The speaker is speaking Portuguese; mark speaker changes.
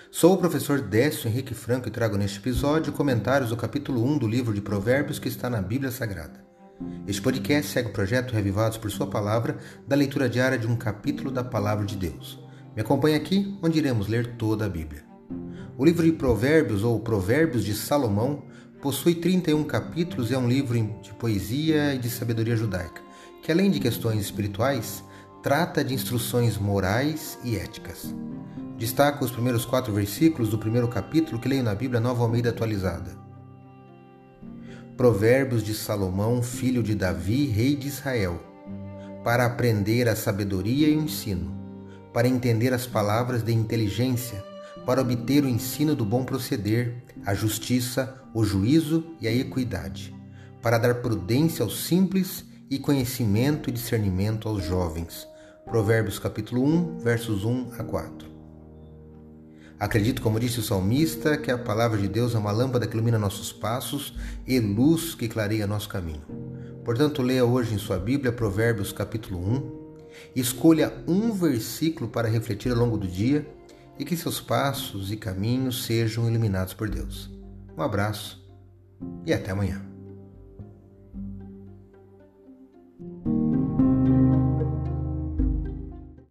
Speaker 1: Sou o professor Décio Henrique Franco e trago neste episódio comentários do capítulo 1 do livro de Provérbios que está na Bíblia Sagrada. Este podcast segue o projeto Reavivados por Sua Palavra, da leitura diária de um capítulo da Palavra de Deus. Me acompanhe aqui, onde iremos ler toda a Bíblia. O livro de Provérbios, ou Provérbios de Salomão, possui 31 capítulos e é um livro de poesia e de sabedoria judaica, que além de questões espirituais, trata de instruções morais e éticas. Destaco os primeiros 4 versículos do primeiro capítulo que leio na Bíblia Nova Almeida Atualizada. Provérbios de Salomão, filho de Davi, rei de Israel, para aprender a sabedoria e o ensino, para entender as palavras de inteligência, para obter o ensino do bom proceder, a justiça, o juízo e a equidade, para dar prudência aos simples e conhecimento e discernimento aos jovens. Provérbios capítulo 1, versos 1 a 4. Acredito, como disse o salmista, que a palavra de Deus é uma lâmpada que ilumina nossos passos e luz que clareia nosso caminho. Portanto, leia hoje em sua Bíblia Provérbios capítulo 1, escolha um versículo para refletir ao longo do dia e que seus passos e caminhos sejam iluminados por Deus. Um abraço e até amanhã.